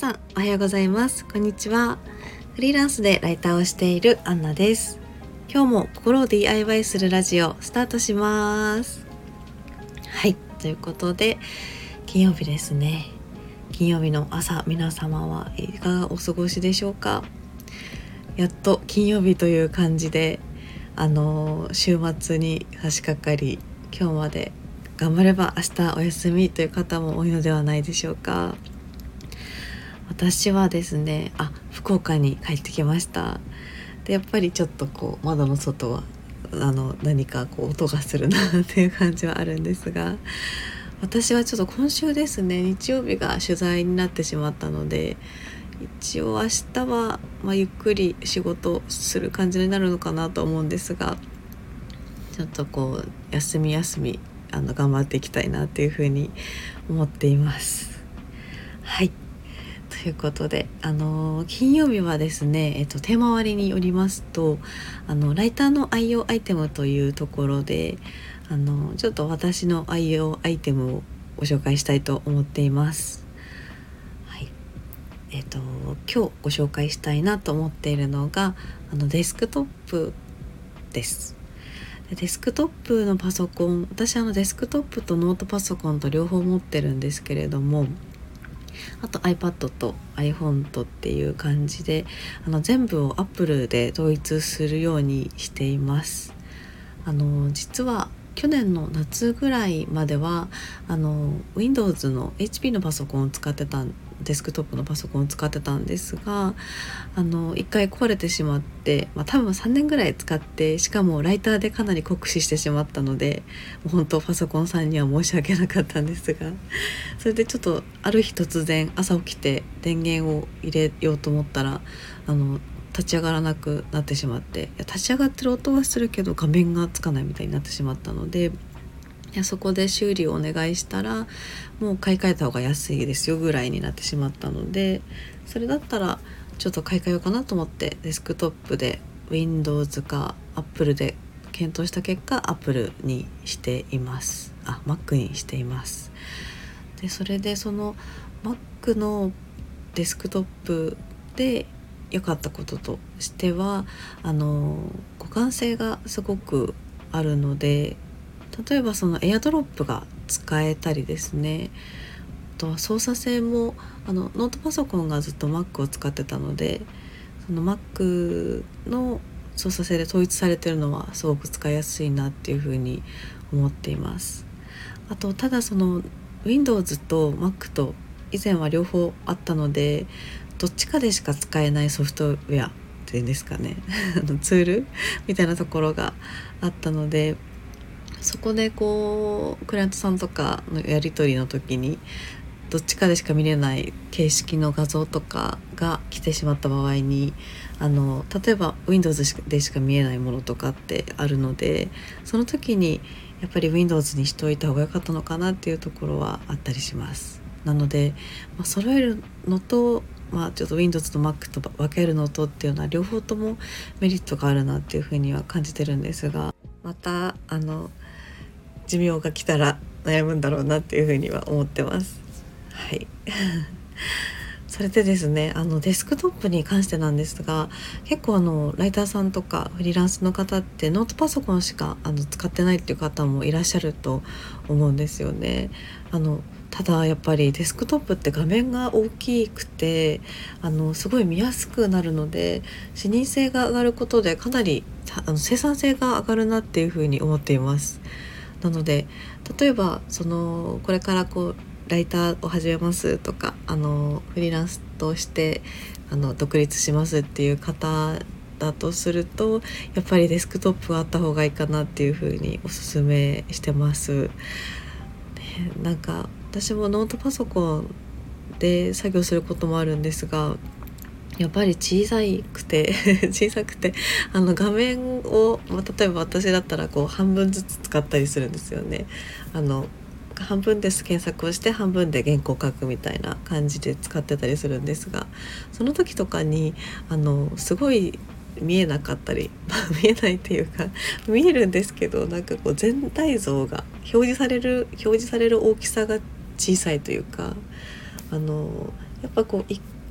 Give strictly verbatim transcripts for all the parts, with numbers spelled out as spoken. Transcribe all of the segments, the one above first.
さんおはようございます。こんにちは。フリーランスでライターをしているアンナです。今日も心を ディーアイワイ するラジオスタートします。はい、ということで金曜日ですね。金曜日の朝、皆様はいかがお過ごしでしょうか。やっと金曜日という感じであの週末に差し掛かり、今日まで頑張れば明日お休みという方も多いのではないでしょうか。私はですねあ福岡に帰ってきました。でやっぱりちょっとこう窓の外はあの何かこう音がするなっていう感じはあるんですが、私はちょっと今週ですね日曜日が取材になってしまったので、一応明日は、まあ、ゆっくり仕事する感じになるのかなと思うんですが、ちょっとこう休み休みあの頑張っていきたいなっていうふうに思っています。はい、ということで、あの金曜日はですね、えっと、テーマ割りによりますと、あのライターの愛用アイテムというところで、あのちょっと私の愛用アイテムをご紹介したいと思っています。はい、えっと今日ご紹介したいなと思っているのがあのデスクトップです。でデスクトップのパソコン、私あのデスクトップとノートパソコンと両方持ってるんですけれども、あと iPad と iPhone とっていう感じで、あの全部を Apple で統一するようにしています。あの実は去年の夏ぐらいまではあの Windows の エイチピー のパソコンを使ってたデスクトップのパソコンを使ってたんですが、あの一回壊れてしまって、まあ、多分さんねんぐらい使って、しかもライターでかなり酷使してしまったので、もう本当パソコンさんには申し訳なかったんですが、それでちょっとある日突然朝起きて電源を入れようと思ったらあの立ち上がらなくなってしまって、いや立ち上がってる音はするけど画面がつかないみたいになってしまったので、いやそこで修理をお願いしたら、もう買い替えた方が安いですよぐらいになってしまったので、それだったらちょっと買い替えようかなと思ってデスクトップで Windows か Apple で検討した結果 Apple にしています。あ Mac にしています。でそれでその Mac のデスクトップで良かったこととしては、あの互換性がすごくあるので、例えばそのエアドロップが使えたりですね、あとは操作性もあのノートパソコンがずっと Mac を使ってたので、その Mac の操作性で統一されてるのはすごく使いやすいなっていうふうに思っています。あとただその Windows と Mac と以前は両方あったので、どっちかでしか使えないソフトウェアっていうんですかねツールみたいなところがあったので、そこでこうクライアントさんとかのやり取りの時にどっちかでしか見れない形式の画像とかが来てしまった場合に、あの例えば Windows でしか見えないものとかってあるので、その時にやっぱり Windows にしておいた方が良かったのかなっていうところはあったりします。なので、まあ、揃えるのと、まあ、ちょっと Windows と Mac と分けるのとっていうのは両方ともメリットがあるなっていうふうには感じてるんですが、またあの寿命が来たら悩むんだろうなっていうふうには思ってます。はいそれでですね、あのデスクトップに関してなんですが、結構あのライターさんとかフリーランスの方ってノートパソコンしかあの使ってないっていう方もいらっしゃると思うんですよね。あのただやっぱりデスクトップって画面が大きくてあのすごい見やすくなるので、視認性が上がることでかなりあの生産性が上がるなっていうふうに思っています。なので例えばそのこれからこうライターを始めますとか、あのフリーランスとしてあの独立しますっていう方だとすると、やっぱりデスクトップはあった方がいいかなっていうふうにおすすめしてます。ね、なんか私もノートパソコンで作業することもあるんですが、やっぱり小さくて小さくてあの画面を、まあ、例えば私だったらこう半分ずつ使ったりするんですよね。あの半分です検索をして半分で原稿書くみたいな感じで使ってたりするんですが、その時とかにあのすごい見えなかったり見えないっていうか見えるんですけど、なんかこう全体像が表示される表示される大きさが小さいというか、あのやっぱこう一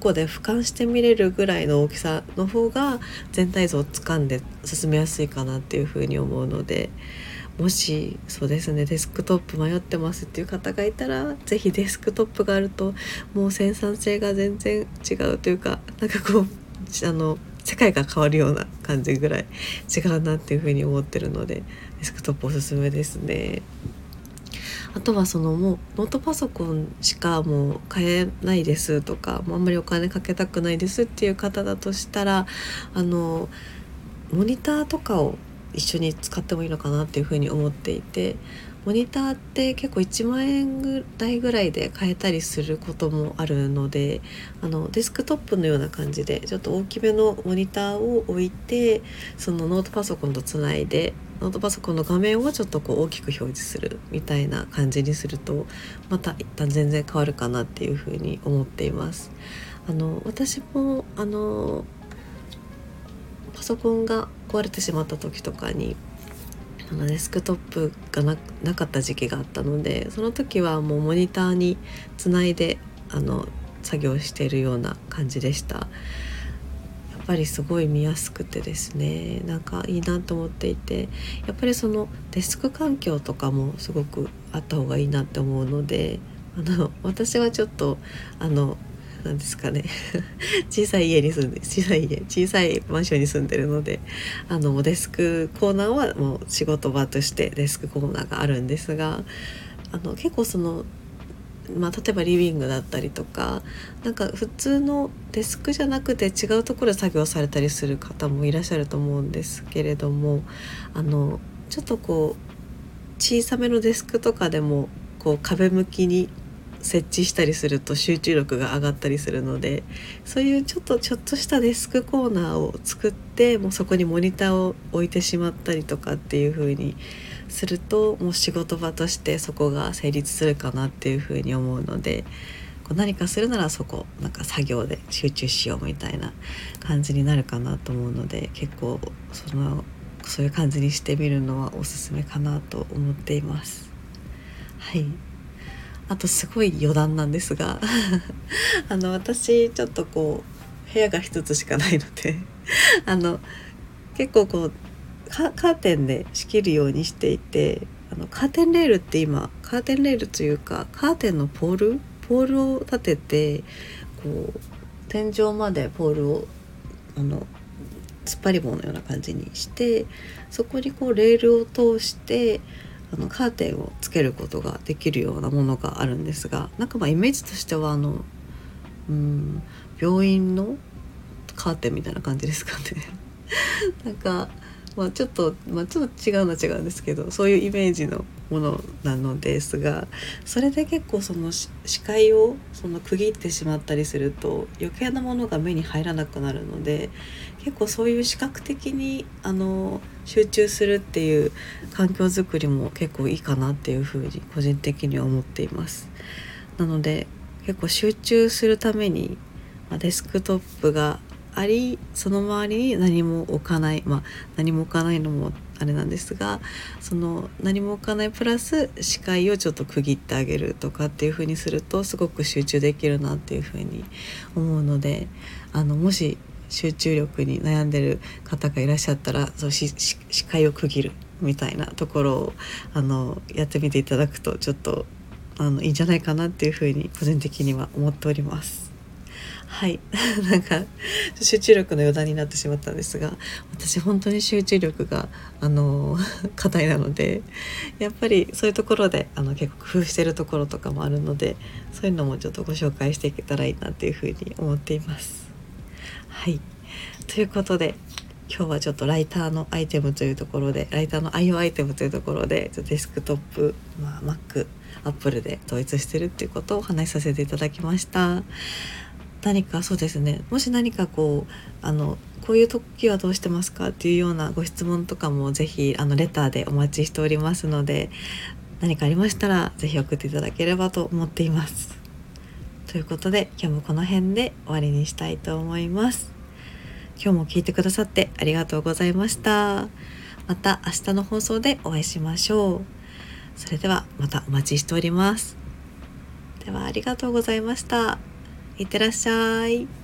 個で俯瞰して見れるぐらいの大きさの方が全体像をつかんで進めやすいかなっていうふうに思うので、もしそうですねデスクトップ迷ってますっていう方がいたら、ぜひデスクトップがあるともう生産性が全然違うというか、なんかこうあの世界が変わるような感じぐらい違うなっていうふうに思ってるので、デスクトップおすすめですね。あとはそのもうノートパソコンしかもう買えないですとか、もうあんまりお金かけたくないですっていう方だとしたら、あのモニターとかを一緒に使ってもいいのかなっていうふうに思っていて、モニターって結構いちまんえん台ぐらいで買えたりすることもあるので、あのデスクトップのような感じでちょっと大きめのモニターを置いて、そのノートパソコンとつないでノートパソコンの画面をちょっとこう大きく表示するみたいな感じにすると、また一旦全然変わるかなっていうふうに思っています。あの私もあのパソコンが壊れてしまった時とかにあのデスクトップが な, なかった時期があったので、その時はもうモニターにつないであの作業しているような感じでした。やっぱりすごい見やすくてですね、なんかいいなと思っていて、やっぱりそのデスク環境とかもすごくあった方がいいなって思うので、あの私はちょっとあのなんですかね小さい家に住んで小さい家小さいマンションに住んでるので、あのデスクコーナーはもう仕事場としてデスクコーナーがあるんですが、あの結構そのまあ、例えばリビングだったりとか、なんか普通のデスクじゃなくて違うところで作業されたりする方もいらっしゃると思うんですけれども、あのちょっとこう小さめのデスクとかでもこう壁向きに設置したりすると集中力が上がったりするので、そういうちょっとちょっとしたデスクコーナーを作って、もうそこにモニターを置いてしまったりとかっていう風にすると、もう仕事場としてそこが成立するかなっていう風に思うので、こう何かするならそこなんか作業で集中しようみたいな感じになるかなと思うので、結構そのそういう感じにしてみるのはおすすめかなと思っています。はい。あとすごい余談なんですがあの私ちょっとこう部屋が一つしかないのであの結構こうカーテンで仕切るようにしていて、あのカーテンレールって今カーテンレールというかカーテンのポールポールを立てて、こう天井までポールをあの突っ張り棒のような感じにして、そこにこうレールを通してあのカーテンをつけることができるようなものがあるんですが、なんかまあイメージとしてはあのうん病院のカーテンみたいな感じですかねなんか、まあ、ちょっと、まあ、ちょっと違うのは違うんですけど、そういうイメージのものなのですが、それで結構その視界をその区切ってしまったりすると余計なものが目に入らなくなるので、結構そういう視覚的にあの集中するっていう環境づくりも結構いいかなっていうふうに個人的には思っています。なので結構集中するために、まあ、デスクトップがあり、その周りに何も置かない、まあ何も置かないのもあれなんですが、その何も置かないプラス視界をちょっと区切ってあげるとかっていう風にするとすごく集中できるなっていう風に思うので、あのもし集中力に悩んでる方がいらっしゃったら、そうし視界を区切るみたいなところをあのやってみていただくとちょっとあのいいんじゃないかなっていう風に個人的には思っております。はいなんか集中力の余談になってしまったんですが、私本当に集中力があの課題なので、やっぱりそういうところであの結構工夫してるところとかもあるので、そういうのもちょっとご紹介していけたらいいなっていうふうに思っています。はい、ということで今日はちょっとライターのアイテムというところで、ライターの愛用アイテムというところでデスクトップ、まあ、Mac、Apple で統一してるっていうことをお話しさせていただきました。何かそうですね、もし何かこうあのこういう時はどうしてますかっていうようなご質問とかもぜひあのレターでお待ちしておりますので、何かありましたらぜひ送っていただければと思っています。ということで今日もこの辺で終わりにしたいと思います。今日も聞いてくださってありがとうございました。また明日の放送でお会いしましょう。それではまたお待ちしております。ではありがとうございました。 いってらっしゃい。